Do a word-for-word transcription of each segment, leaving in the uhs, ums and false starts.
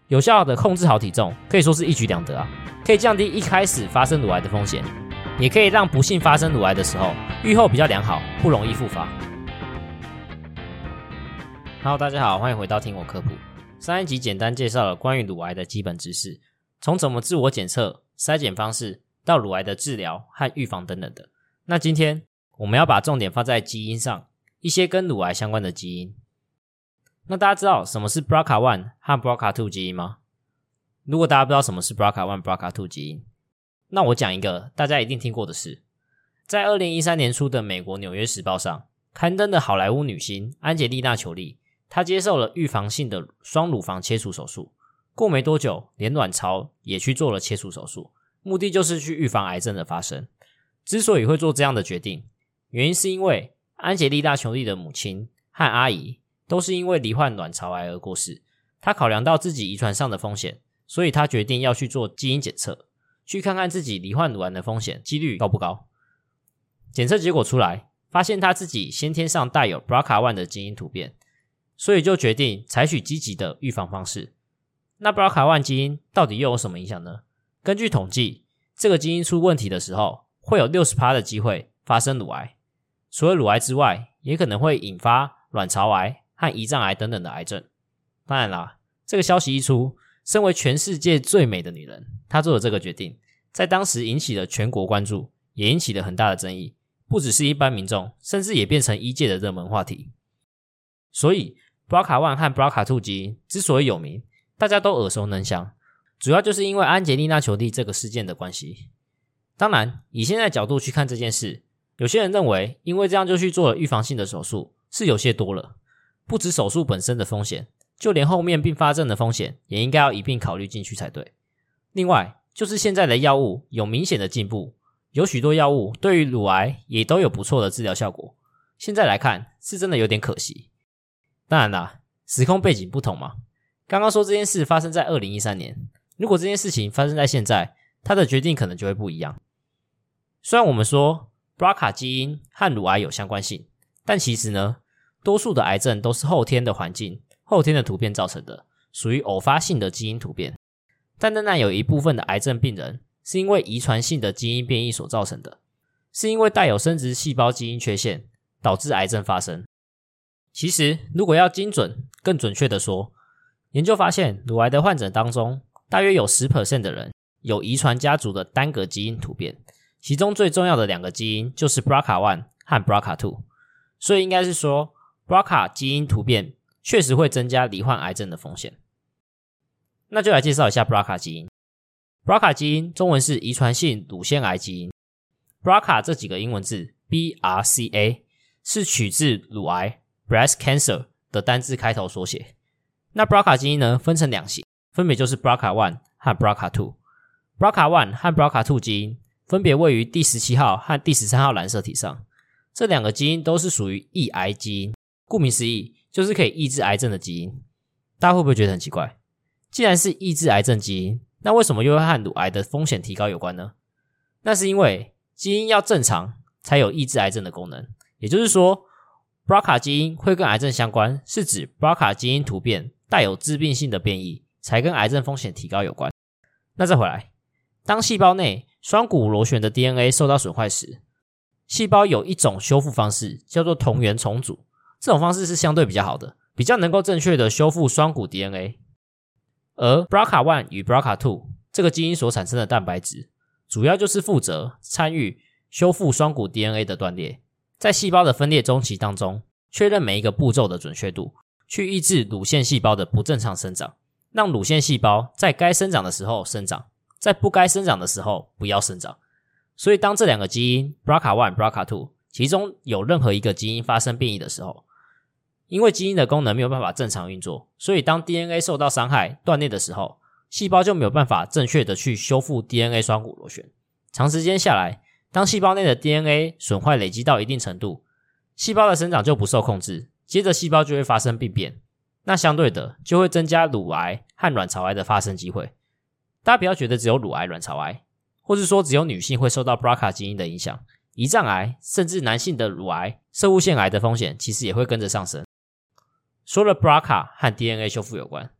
有效的控制好体重，可以说是一举两得啊，可以降低一开始发生乳癌的风险，也可以让不幸发生乳癌的时候，预后比较良好，不容易复发。Hello， 大家好，欢迎回到听我科普。上一集简单介绍了关于乳癌的基本知识，从怎么自我检测、筛检方式到乳癌的治疗和预防等等的。那今天我们要把重点放在基因上，一些跟乳癌相关的基因。那大家知道什么是 B R C A 一 和 B R C A 二 基因吗？如果大家不知道什么是 B R C A 一 B R C A 二 基因，那我讲一个大家一定听过的事。在二零一三年初的美国纽约时报上刊登的好莱坞女星安杰丽娜·裘丽，她接受了预防性的双乳房切除手术，过没多久连卵巢也去做了切除手术，目的就是去预防癌症的发生。之所以会做这样的决定，原因是因为安杰丽娜·裘丽的母亲和阿姨都是因为罹患卵巢癌而过世，她考量到自己遗传上的风险，所以她决定要去做基因检测，去看看自己罹患乳癌的风险几率高不高。检测结果出来，发现她自己先天上带有 B R C A 一 的基因突变，所以就决定采取积极的预防方式。那 B R C A 一 基因到底又有什么影响呢？根据统计，这个基因出问题的时候，会有 百分之六十 的机会发生乳癌。除了乳癌之外，也可能会引发卵巢癌和胰脏癌等等的癌症。当然啦，这个消息一出，身为全世界最美的女人，她做的这个决定，在当时引起了全国关注，也引起了很大的争议，不只是一般民众，甚至也变成医界的热门话题。所以 B R C A 一 和 B R C A 二 基因之所以有名，大家都耳熟能详，主要就是因为安杰丽娜·裘丽这个事件的关系。当然，以现在角度去看这件事，有些人认为因为这样就去做了预防性的手术，是有些多了。不止手术本身的风险，就连后面并发症的风险也应该要一并考虑进去才对。另外，就是现在的药物有明显的进步，有许多药物对于乳癌也都有不错的治疗效果。现在来看，是真的有点可惜。当然啦，时空背景不同嘛。刚刚说这件事发生在二零一三年，如果这件事情发生在现在，他的决定可能就会不一样。虽然我们说 B R C A 基因和乳癌有相关性，但其实呢，多数的癌症都是后天的环境、后天的突变造成的，属于偶发性的基因突变。但仍然有一部分的癌症病人是因为遗传性的基因变异所造成的，是因为带有生殖细胞基因缺陷导致癌症发生。其实如果要精准更准确的说，研究发现乳癌的患者当中，大约有 百分之十 的人有遗传家族的单个基因突变，其中最重要的两个基因就是 B R C A 一 和 B R C A 二。所以应该是说 B R C A 基因突变确实会增加罹患癌症的风险。那就来介绍一下 B R C A 基因。B R C A 基因中文是遗传性乳腺癌基因。B R C A 这几个英文字 B R C A 是取自乳癌 breast cancer 的单字开头缩写。那 B R C A 基因呢，分成两型，分别就是 B R C A 一 和 B R C A 二。B R C A 一 和 B R C A 二 基因分别位于第十七号和第十三号染色体上。这两个基因都是属于抑癌基因，顾名思义，就是可以抑制癌症的基因。大家会不会觉得很奇怪？既然是抑制癌症基因，那为什么又会和乳癌的风险提高有关呢？那是因为基因要正常才有抑制癌症的功能。也就是说 B R C A 基因会跟癌症相关，是指 B R C A 基因突变带有致病性的变异，才跟癌症风险提高有关。那再回来，当细胞内双股螺旋的 D N A 受到损坏时，细胞有一种修复方式叫做同源重组，这种方式是相对比较好的，比较能够正确的修复双股 D N A。 而 B R C A 一 与 B R C A 二 这个基因所产生的蛋白质，主要就是负责参与修复双股 D N A 的断裂，在细胞的分裂周期当中，确认每一个步骤的准确度，去抑制乳腺细胞的不正常生长，让乳腺细胞在该生长的时候生长，在不该生长的时候不要生长。所以当这两个基因 B R C A 一 B R C A 二 其中有任何一个基因发生变异的时候，因为基因的功能没有办法正常运作，所以当 D N A 受到伤害断裂的时候，细胞就没有办法正确的去修复 D N A 双股螺旋。长时间下来，当细胞内的 D N A 损坏累积到一定程度，细胞的生长就不受控制，接着细胞就会发生病变，那相对的就会增加乳癌和卵巢癌的发生机会。大家不要觉得只有乳癌、卵巢癌，或是说只有女性会受到 B R C A 基因的影响，胰脏癌甚至男性的乳癌、攝護腺癌的风险其实也会跟着上升。说了 B R C A 和 D N A 修复有关，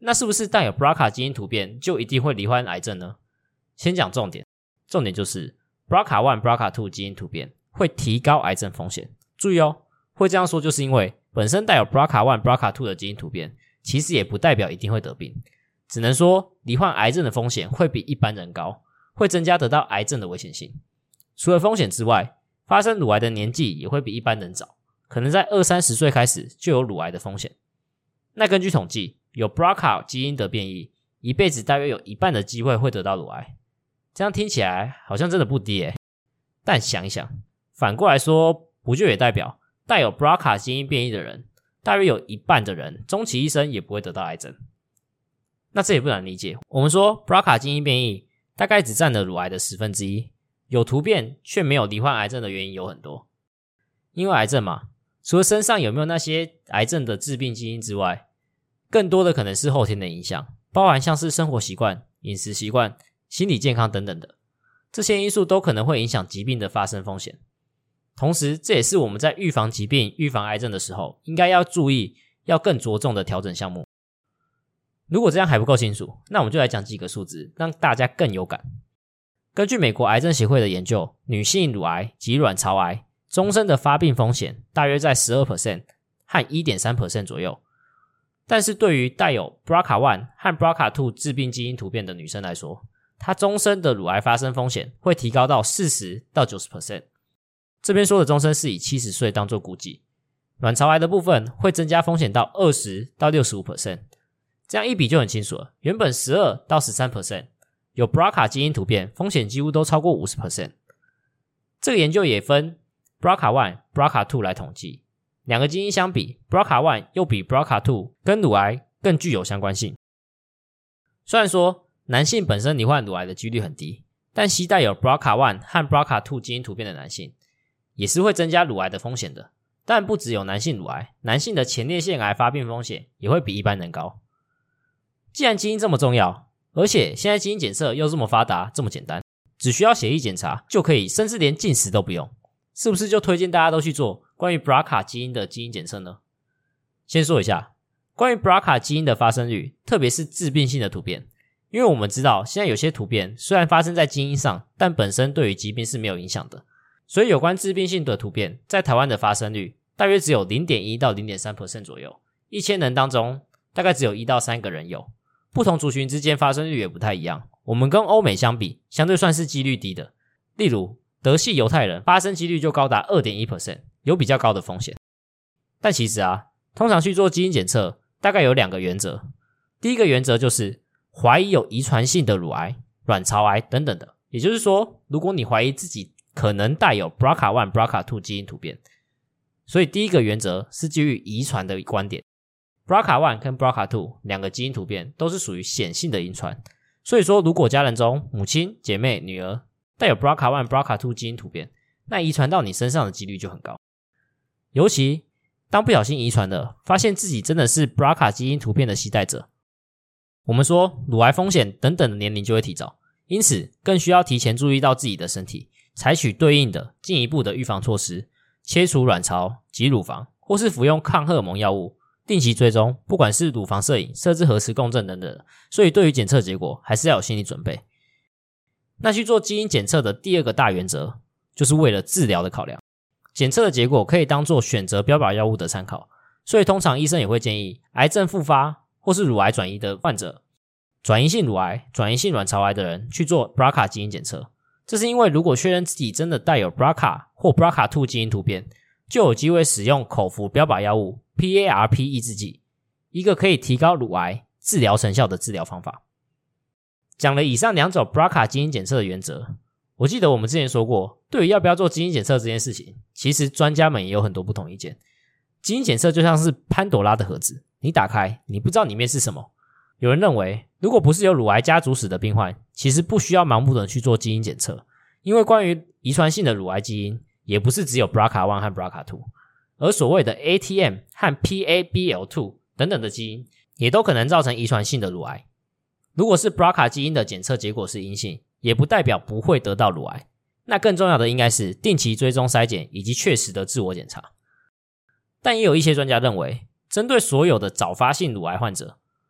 那是不是带有 B R C A 基因突变就一定会罹患癌症呢？先讲重点，重点就是 B R C A 一 B R C A 二 基因突变会提高癌症风险。注意哦，会这样说就是因为本身带有 B R C A 一 B R C A 二 的基因突变其实也不代表一定会得病，只能说罹患癌症的风险会比一般人高，会增加得到癌症的危险性。除了风险之外，发生乳癌的年纪也会比一般人早，可能在二三十岁开始就有乳癌的风险。那根据统计，有 B R C A 基因的变异，一辈子大约有一半的机会会得到乳癌。这样听起来好像真的不低耶，但想一想，反过来说，不就也代表带有 B R C A 基因变异的人，大约有一半的人终其一生也不会得到癌症。那这也不难理解，我们说 B R C A 基因变异大概只占了乳癌的十分之一，有突变却没有罹患癌症的原因有很多。因为癌症嘛，除了身上有没有那些癌症的致病基因之外，更多的可能是后天的影响，包含像是生活习惯、饮食习惯、心理健康等等的，这些因素都可能会影响疾病的发生风险。同时，这也是我们在预防疾病、预防癌症的时候，应该要注意、要更着重的调整项目。如果这样还不够清楚，那我们就来讲几个数字，让大家更有感。根据美国癌症协会的研究，女性乳癌及卵巢癌终身的发病风险大约在 百分之十二 和 百分之一点三 左右。但是对于带有 B R C A 一 和 B R C A 二 致病基因突变的女生来说，她终身的乳癌发生风险会提高到 百分之四十到百分之九十。这边说的终身是以七十岁当作估计。卵巢癌的部分会增加风险到 百分之二十到百分之六十五。这样一比就很清楚了，原本 百分之十二到百分之十三， 有 B R C A 基因突变，风险几乎都超过 百分之五十。这个研究也分 B R C A 一 B R C A 二 来统计，两个基因相比， B R C A 一 又比 B R C A 二 跟乳癌更具有相关性。虽然说男性本身罹患乳癌的几率很低，但携带有 B R C A 一 和 B R C A 二 基因突变的男性也是会增加乳癌的风险的。但不只有男性乳癌，男性的前列腺癌发病风险也会比一般人高。既然基因这么重要，而且现在基因检测又这么发达这么简单，只需要血液检查就可以，甚至连进食都不用，是不是就推荐大家都去做关于 B R C A 基因的基因检测呢？先说一下关于 B R C A 基因的发生率，特别是致病性的突变。因为我们知道现在有些突变虽然发生在基因上，但本身对于疾病是没有影响的，所以有关致病性的突变在台湾的发生率大约只有 零点一到 零点三 左右，一千人当中大概只有一到三个人有。不同族群之间发生率也不太一样，我们跟欧美相比相对算是几率低的。例如德系犹太人发生几率就高达 二点一， 有比较高的风险。但其实啊，通常去做基因检测大概有两个原则。第一个原则就是怀疑有遗传性的乳癌、卵巢癌等等的，也就是说如果你怀疑自己可能带有 B R C A 一 B R C A 二 基因突变，所以第一个原则是基于遗传的观点。B R C A 一 跟 B R C A 二 两个基因突变都是属于显性的遗传，所以说如果家人中母亲、姐妹、女儿带有 B R C A 一 B R C A 二 基因突变，那遗传到你身上的几率就很高。尤其当不小心遗传的，发现自己真的是 B R C A 基因突变的携带者，我们说乳癌风险等等的年龄就会提早，因此更需要提前注意到自己的身体，采取对应的进一步的预防措施，切除卵巢及乳房，或是服用抗荷尔蒙药物，定期追踪，不管是乳房摄影、设置核磁共振等等，所以对于检测结果还是要有心理准备。那去做基因检测的第二个大原则，就是为了治疗的考量。检测的结果可以当作选择标靶药物的参考，所以通常医生也会建议癌症复发或是乳癌转移的患者，转移性乳癌、转移性卵巢癌的人去做 B R C A 基因检测。这是因为如果确认自己真的带有 B R C A 或 B R C A 二 基因突变，就有机会使用口服标靶药物 P A R P 抑制剂，一个可以提高乳癌治疗成效的治疗方法。讲了以上两种 B R C A 基因检测的原则，我记得我们之前说过，对于要不要做基因检测这件事情，其实专家们也有很多不同意见。基因检测就像是潘朵拉的盒子，你打开你不知道里面是什么。有人认为如果不是有乳癌家族史的病患，其实不需要盲目的去做基因检测，因为关于遗传性的乳癌基因也不是只有 B R C A 一 和 B R C A 二，而所谓的 A T M 和 P A B L 二 等等的基因也都可能造成遗传性的乳癌。如果是 B R C A 基因的检测结果是阴性，也不代表不会得到乳癌。那更重要的应该是定期追踪筛检以及确实的自我检查。但也有一些专家认为，针对所有的早发性乳癌患者，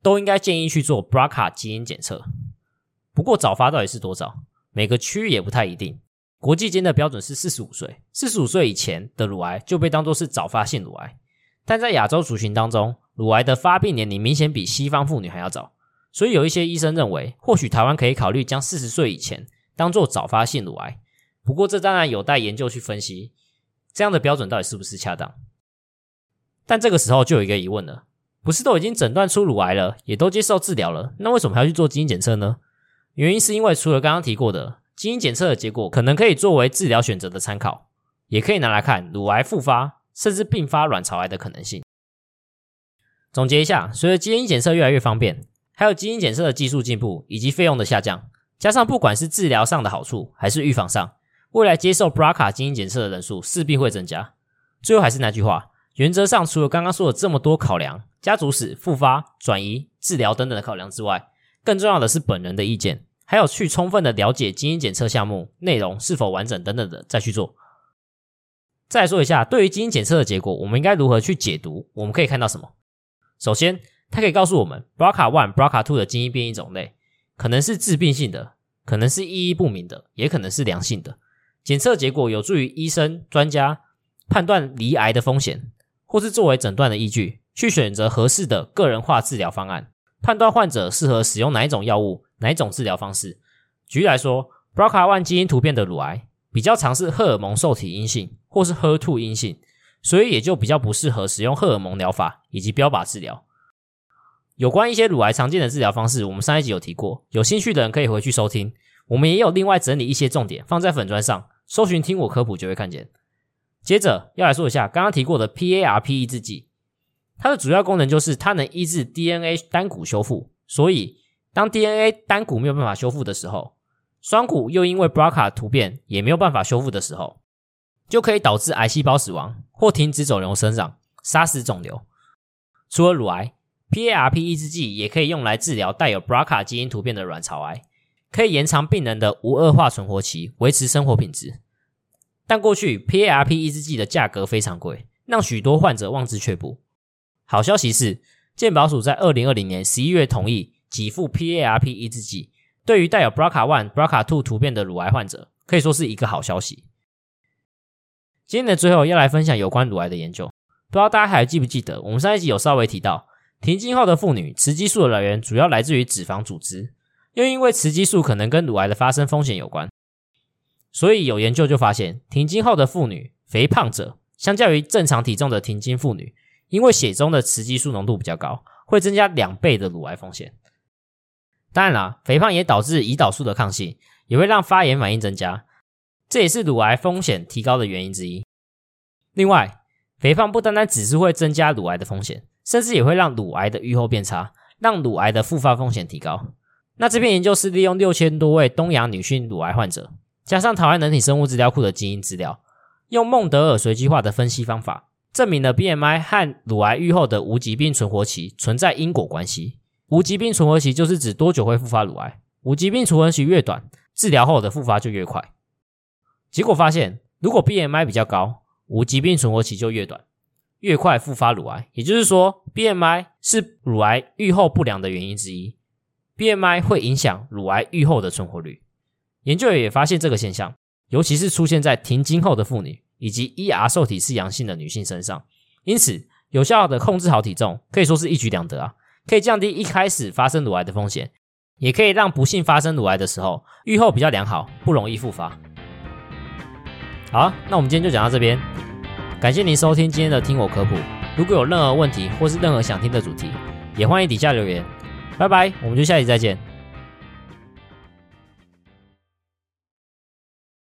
都应该建议去做 B R C A 基因检测。不过早发到底是多早？每个区域也不太一定。国际间的标准是四十五岁，四十五岁以前的乳癌就被当作是早发性乳癌。但在亚洲族群当中，乳癌的发病年龄明显比西方妇女还要早，所以有一些医生认为，或许台湾可以考虑将四十岁以前当作早发性乳癌。不过这当然有待研究去分析，这样的标准到底是不是恰当。但这个时候就有一个疑问了，不是都已经诊断出乳癌了，也都接受治疗了，那为什么还要去做基因检测呢？原因是因为除了刚刚提过的基因检测的结果可能可以作为治疗选择的参考，也可以拿来看乳癌复发甚至并发卵巢癌的可能性。总结一下，随着基因检测越来越方便，还有基因检测的技术进步以及费用的下降，加上不管是治疗上的好处还是预防上，未来接受 B R C A 基因检测的人数势必会增加。最后还是那句话，原则上除了刚刚说的这么多考量，家族史、复发、转移、治疗等等的考量之外，更重要的是本人的意见，还有去充分的了解基因检测项目内容是否完整等等的再去做。再来说一下，对于基因检测的结果，我们应该如何去解读，我们可以看到什么？首先，它可以告诉我们 B R C A 一、B R C A 二的基因变异种类，可能是致病性的，可能是意义不明的，也可能是良性的。检测结果有助于医生、专家判断罹癌的风险，或是作为诊断的依据，去选择合适的个人化治疗方案，判断患者适合使用哪一种药物、哪一种治疗方式。举例来说 B R C A 一 基因突变的乳癌比较常是荷尔蒙受体阴性或是 H E R 二 阴性，所以也就比较不适合使用荷尔蒙疗法以及标靶治疗。有关一些乳癌常见的治疗方式，我们上一集有提过，有兴趣的人可以回去收听。我们也有另外整理一些重点放在粉专上，搜寻听我科普就会看见。接着要来说一下刚刚提过的 P A R P 抑制剂，它的主要功能就是它能抑制 D N A 单股修复，所以当 D N A 单股没有办法修复的时候，双股又因为 B R C A 突变也没有办法修复的时候，就可以导致癌细胞死亡或停止肿瘤生长，杀死肿瘤。除了乳癌， P A R P 抑制剂也可以用来治疗带有 B R C A 基因突变的卵巢癌，可以延长病人的无恶化存活期，维持生活品质。但过去 P A R P 抑制剂的价格非常贵，让许多患者望之却步。好消息是，健保署在二零二零年十一月同意给付 P A R P 抑制剂，对于带有 B R C A 一、B R C A 二 突变的乳癌患者，可以说是一个好消息。今天的最后要来分享有关乳癌的研究，不知道大家还记不记得，我们上一集有稍微提到，停经后的妇女雌激素的来源主要来自于脂肪组织，又因为雌激素可能跟乳癌的发生风险有关，所以有研究就发现，停经后的妇女肥胖者相较于正常体重的停经妇女，因为血中的雌激素浓度比较高，会增加两倍的乳癌风险。当然啦，肥胖也导致胰岛素的抗性，也会让发炎反应增加，这也是乳癌风险提高的原因之一。另外，肥胖不单单只是会增加乳癌的风险，甚至也会让乳癌的预后变差，让乳癌的复发风险提高。那这篇研究是利用六千多位东亚女性乳癌患者，加上台湾人体生物资料库的基因资料，用孟德尔随机化的分析方法，证明了 B M I 和乳癌预后的无疾病存活期存在因果关系。无疾病存活期就是指多久会复发乳癌，无疾病存活期越短，治疗后的复发就越快。结果发现，如果 B M I 比较高，无疾病存活期就越短，越快复发乳癌。也就是说 B M I 是乳癌预后不良的原因之一， B M I 会影响乳癌预后的存活率。研究也发现这个现象，尤其是出现在停经后的妇女以及 E R 受体是阳性的女性身上。因此有效的控制好体重可以说是一举两得啊，可以降低一开始发生乳癌的风险，也可以让不幸发生乳癌的时候预后比较良好，不容易复发。好，那我们今天就讲到这边，感谢您收听今天的听我科普。如果有任何问题或是任何想听的主题，也欢迎底下留言。拜拜，我们就下期再见。